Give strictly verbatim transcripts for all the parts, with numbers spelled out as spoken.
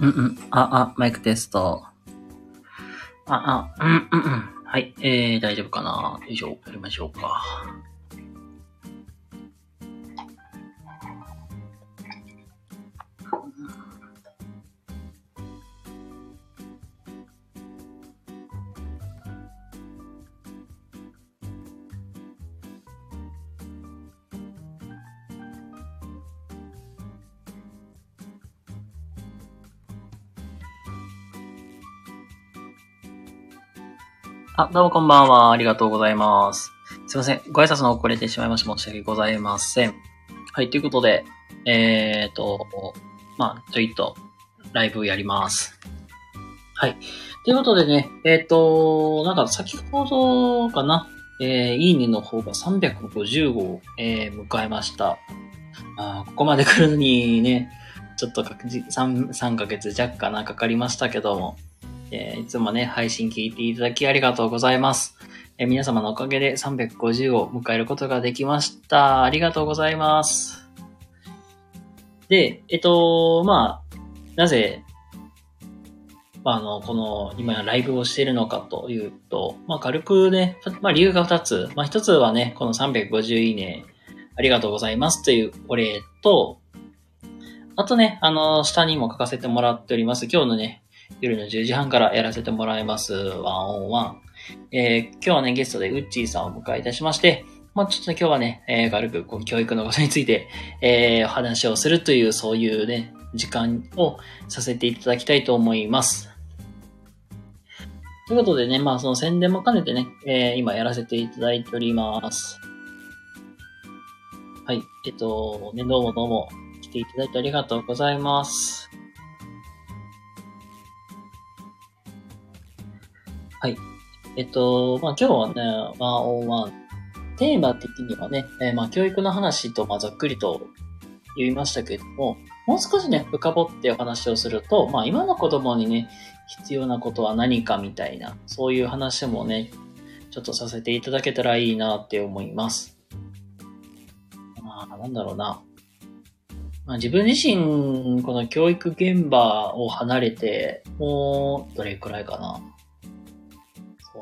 うんうん。あ、あ、マイクテスト。あ、あ、うんうんうん。はい。えー、大丈夫かな。よいしょ。やりましょうか。あ、どうもこんばんは。ありがとうございます。すいません。ご挨拶の遅れてしまいまして申し訳ございません。はい。ということで、えーと、まあ、ちょいっとライブやります。はい。ということでね、えっ、ー、と、なんか先ほどかな、えー、いいねの方がさんびゃくごじゅうごう、えー、迎えました。あここまで来るのにね、ちょっと 3, 3ヶ月弱かなかかりましたけども、えー、いつもね、配信聞いていただきありがとうございます。えー、皆様のおかげでさんびゃくごじゅうを迎えることができました。ありがとうございます。で、えっと、まあ、なぜ、あの、この、今ライブをしているのかというと、まあ、軽くね、まあ、理由がふたつ。まあ、ひとつはね、このさんびゃくごじゅういいね、ありがとうございますというお礼と、あとね、あの、下にも書かせてもらっております。今日のね、夜のじゅうじはんからやらせてもらいます。ワンオンワン。えー、今日はね、ゲストでウッチーさんをお迎えいたしまして、まあちょっと今日はね、えー、軽くこう教育のことについて、えー、お話をするという、そういうね、時間をさせていただきたいと思います。ということでね、まあその宣伝も兼ねてね、えー、今やらせていただいております。はい。えっと、ね、どうもどうも。来ていただいてありがとうございます。はい。えっと、まあ、今日はね、ワンオンワン、テーマ的にはね、えー、まあ、教育の話と、まあ、ざっくりと言いましたけれども、もう少しね、深掘ってお話をすると、まあ、今の子供にね、必要なことは何かみたいな、そういう話もね、ちょっとさせていただけたらいいなって思います。まあ、なんだろうな。まあ、自分自身、この教育現場を離れて、もう、どれくらいかな。そう、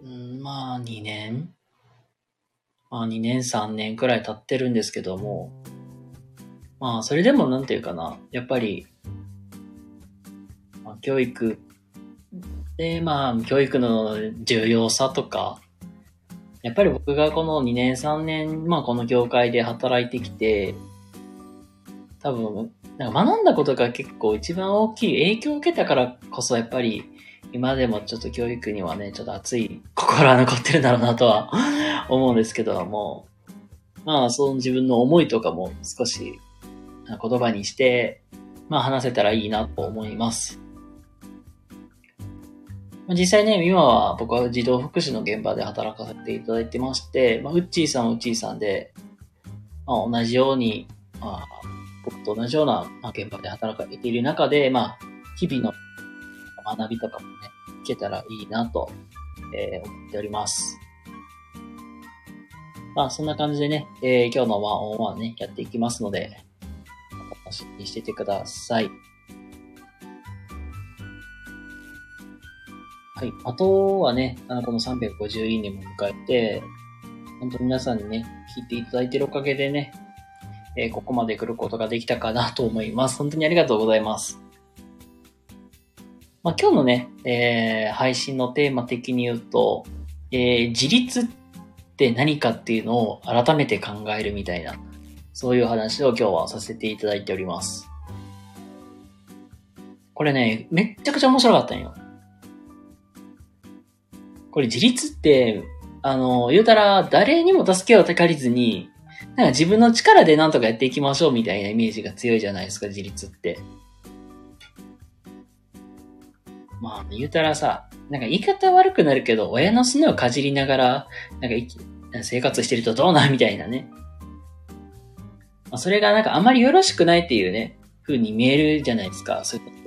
んまあ、にねんまあ、にねん、さんねんくらい経ってるんですけども、まあ、それでもなんていうかな、やっぱり、まあ、教育で、まあ、教育の重要さとか、やっぱり僕がこのにねん、さんねん、まあ、この業界で働いてきて、多分、なんか学んだことが結構一番大きい影響を受けたからこそ、やっぱり、今でもちょっと教育にはね、ちょっと熱い心は残ってるんだろうなとは思うんですけども、まあ、その自分の思いとかも少し言葉にして、まあ話せたらいいなと思います。実際ね、今は僕は児童福祉の現場で働かせていただいてまして、まあ、ウッチーさんはウッチーさんで、まあ、同じように、まあ、僕と同じような現場で働かれている中で、まあ、日々の学びとかもね、聞けたらいいなと、えー、思っております。まあ、そんな感じでね、えー、今日のワンオンワンね、やっていきますので、楽しみにしててください。はい。あとはね、あの、このさんびゃくごじゅういいねも迎えて、本当に皆さんにね、聞いていただいているおかげでね、えー、ここまで来ることができたかなと思います。本当にありがとうございます。まあ、今日のね、えー、配信のテーマ的に言うと、えー、自立って何かっていうのを改めて考えるみたいな、そういう話を今日はさせていただいております。これね、めっちゃくちゃ面白かったんよ。これ自立って、あの、言うたら誰にも助けを借りずに、なんか自分の力でなんとかやっていきましょうみたいなイメージが強いじゃないですか、自立って。まあ、言うたらさ、なんか言い方悪くなるけど、親のすねをかじりながら、なんか生活してるとどうなみたいなね。まあ、それがなんかあまりよろしくないっていうね、風に見えるじゃないですか、そういうのって。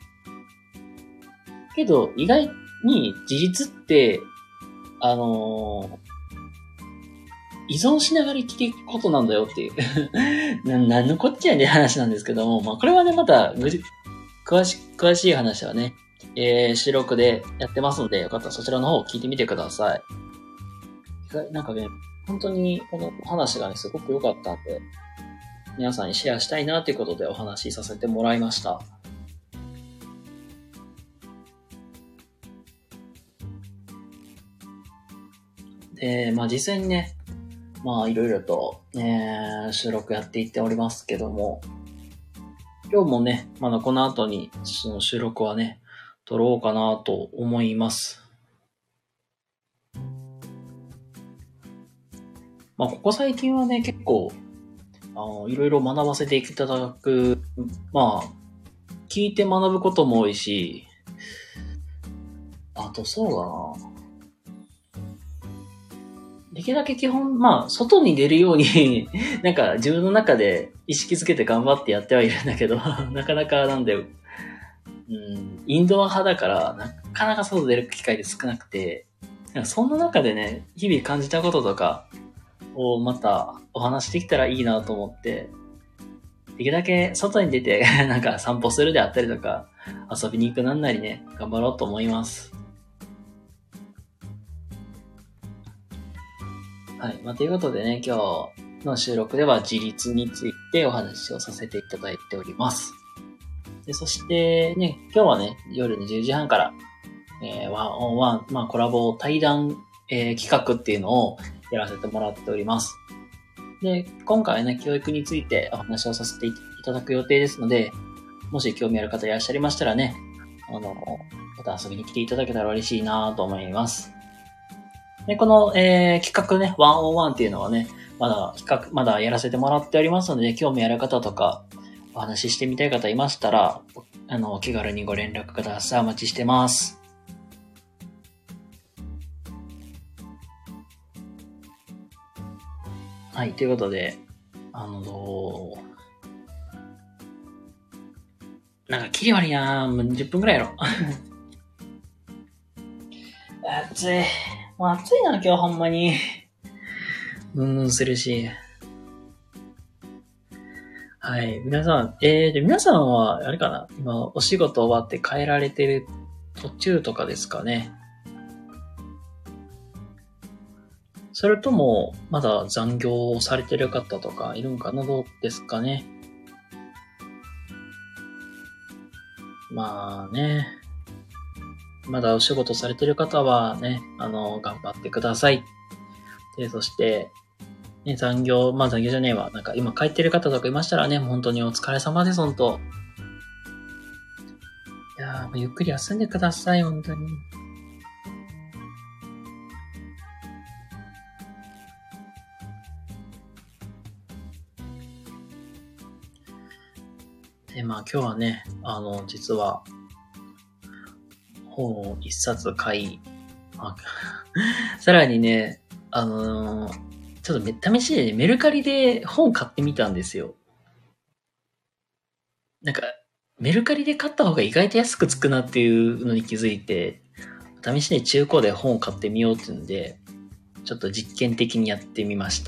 けど、意外に自立って、あのー、依存しながら生きていくことなんだよっていうな。何のこっちゃね話なんですけども、まあこれはね、またぐ、 詳し、詳しい話はね、えー、収録でやってますので、よかったらそちらの方を聞いてみてください。なんかね、本当にこの話がね、すごく良かったんで、皆さんにシェアしたいなということでお話しさせてもらいました。で、まあ実際にね、まあいろいろと、えー、収録やっていっておりますけども、今日もね、まだこの後にその収録はね、撮ろうかなと思います。まあここ最近はね、結構、あのいろいろ学ばせていただく、まあ、聞いて学ぶことも多いし、あとそうだな。できるだけ基本、まあ、外に出るように、なんか自分の中で意識づけて頑張ってやってはいるんだけど、なかなかなんで、うん、インドア派だから、なかなか外出る機会で少なくて、そんな中でね、日々感じたこととかをまたお話できたらいいなと思って、できるだけ外に出て、なんか散歩するであったりとか、遊びに行くなんなりね、頑張ろうと思います。はい。まあ、ということでね、今日の収録では自立についてお話をさせていただいております。で、そしてね、今日はね、夜のじゅうじはんから、えー、ワンオンワン、まあ、コラボ対談、えー、企画っていうのをやらせてもらっております。で、今回はね、教育についてお話をさせていただく予定ですので、もし興味ある方いらっしゃいましたらね、あの、また遊びに来ていただけたら嬉しいなと思います。で、この、えー、企画ね、ワンオンワンっていうのはね、まだ企画、まだやらせてもらっておりますので、興味ある方とか、お話ししてみたい方いましたら、あの、気軽にご連絡ください。お待ちしてます。はい、ということで、あの、どうなんか、切り悪いなぁ。もうじゅっぷんくらいやろ。暑い。もう暑いな、今日ほんまに。うんうんするし。はい。皆さん、えー、で、皆さんは、あれかな今、お仕事終わって帰られてる途中とかですかね。それとも、まだ残業をされてる方とかいるんかなどうですかね。まあね。まだお仕事されてる方はね、あの、頑張ってください。で、そして、ね、残業、まあ残業じゃねえわ。なんか今帰ってる方とかいましたらね、本当にお疲れ様です、本当。いやー、もうゆっくり休んでください、本当に。で、まあ今日はね、あの、実は、本を一冊買い、まあ、さらにね、あのー、ちょっとめ試しで、ね、メルカリで本買ってみたんですよ。なんか、メルカリで買った方が意外と安くつくなっていうのに気づいて、試しに中古で本を買ってみようっていうんで、ちょっと実験的にやってみました。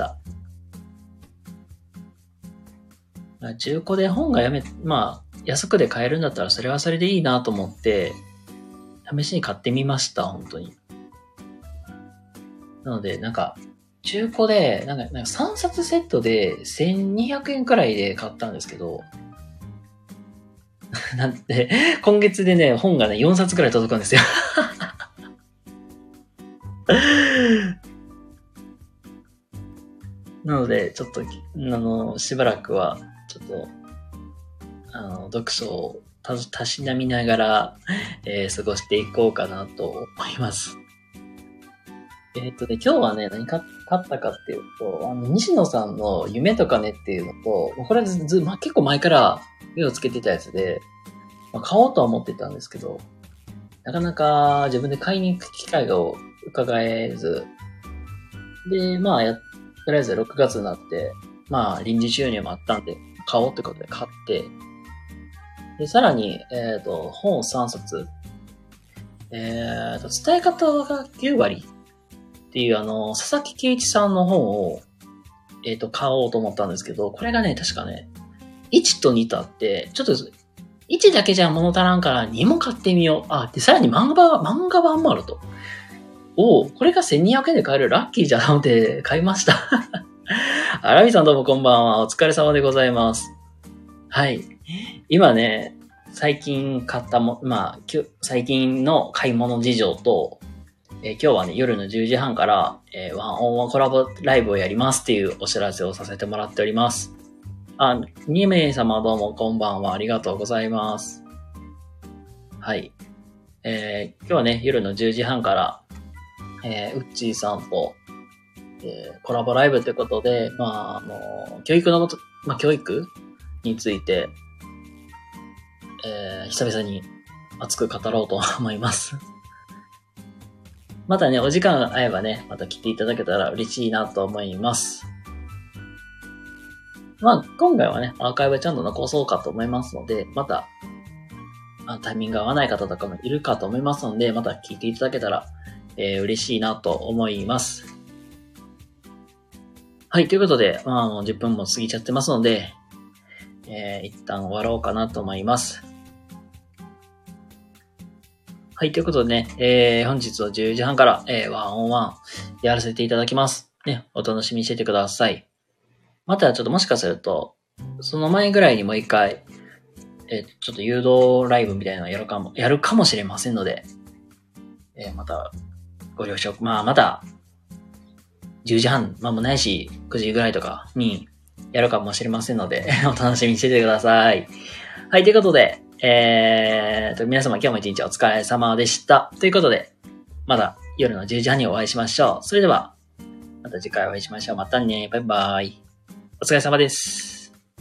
中古で本がやめ、まあ、安くで買えるんだったらそれはそれでいいなと思って、試しに買ってみました、本当に。なので、なんか、中古で、なんか、なんかさんさつセットでせんにひゃくえんくらいで買ったんですけど、なんで、今月でね、本がね、よんさつくらい届くんですよ。なので、ちょっと、あの、しばらくは、ちょっと、あの、読書をたたしなみながら、えー過ごしていこうかなと思います。えーっとね、今日はね、何買ったかっていうと、あの、西野さんの夢とかねっていうのと、これずず、まあ、結構前から目をつけてたやつで、まあ、買おうとは思ってたんですけど、なかなか自分で買いに行く機会が伺えず、で、まあ、や、とりあえずろくがつになって、まあ、臨時収入もあったんで、買おうってことで買って、で、さらに、えっと、本さんさつ、えっと、伝え方がきゅうわりっていうあの、佐々木圭一さんの本を、えっと、買おうと思ったんですけど、これがね、確かね、いちとにとあって、ちょっといちだけじゃ物足らんからにも買ってみよう。あ、で、さらに漫画版、漫画版もあると。おお、これがせんにひゃくえんで買えるラッキーじゃなくて買いました。あらみさんどうもこんばんは。お疲れ様でございます。はい。今ね、最近買ったも、まあ、最近の買い物事情と、えー、今日はね、夜のじゅうじはんから、えー、ワンオンワンコラボライブをやりますっていうお知らせをさせてもらっております。あ、に名様どうもこんばんは。ありがとうございます。はい。えー、今日はね、夜のじゅうじはんから、えー、うっちーさんと、えー、コラボライブってことで、まあ、あの、教育の、まあ、教育について、えー、久々に熱く語ろうと思います。またね、お時間が合えばね、また来ていただけたら嬉しいなと思います。まあ、今回はね、アーカイブちゃんと残そうかと思いますので、また、タイミングが合わない方とかもいるかと思いますので、また聞いていただけたら、えー、嬉しいなと思います。はい、ということで、まあ、もうじゅっぷんも過ぎちゃってますので、えー、一旦終わろうかなと思います。はい、ということでね、えー、本日はじゅうじはんから、えー、ワンオンワンやらせていただきます。ね、お楽しみにしててください。またちょっともしかすると、その前ぐらいにもう一回、えー、ちょっと誘導ライブみたいなのやるかも、やるかもしれませんので、えー、また、ご了承、まあまた、じゅうじはん、まあもないし、くじぐらいとかにやるかもしれませんので、お楽しみにしててください。はい、ということで、えーと、皆様今日も一日お疲れ様でした。ということで、また夜のじゅうじはんにお会いしましょう。それでは、また次回お会いしましょう。またね。バイバイ。お疲れ様です。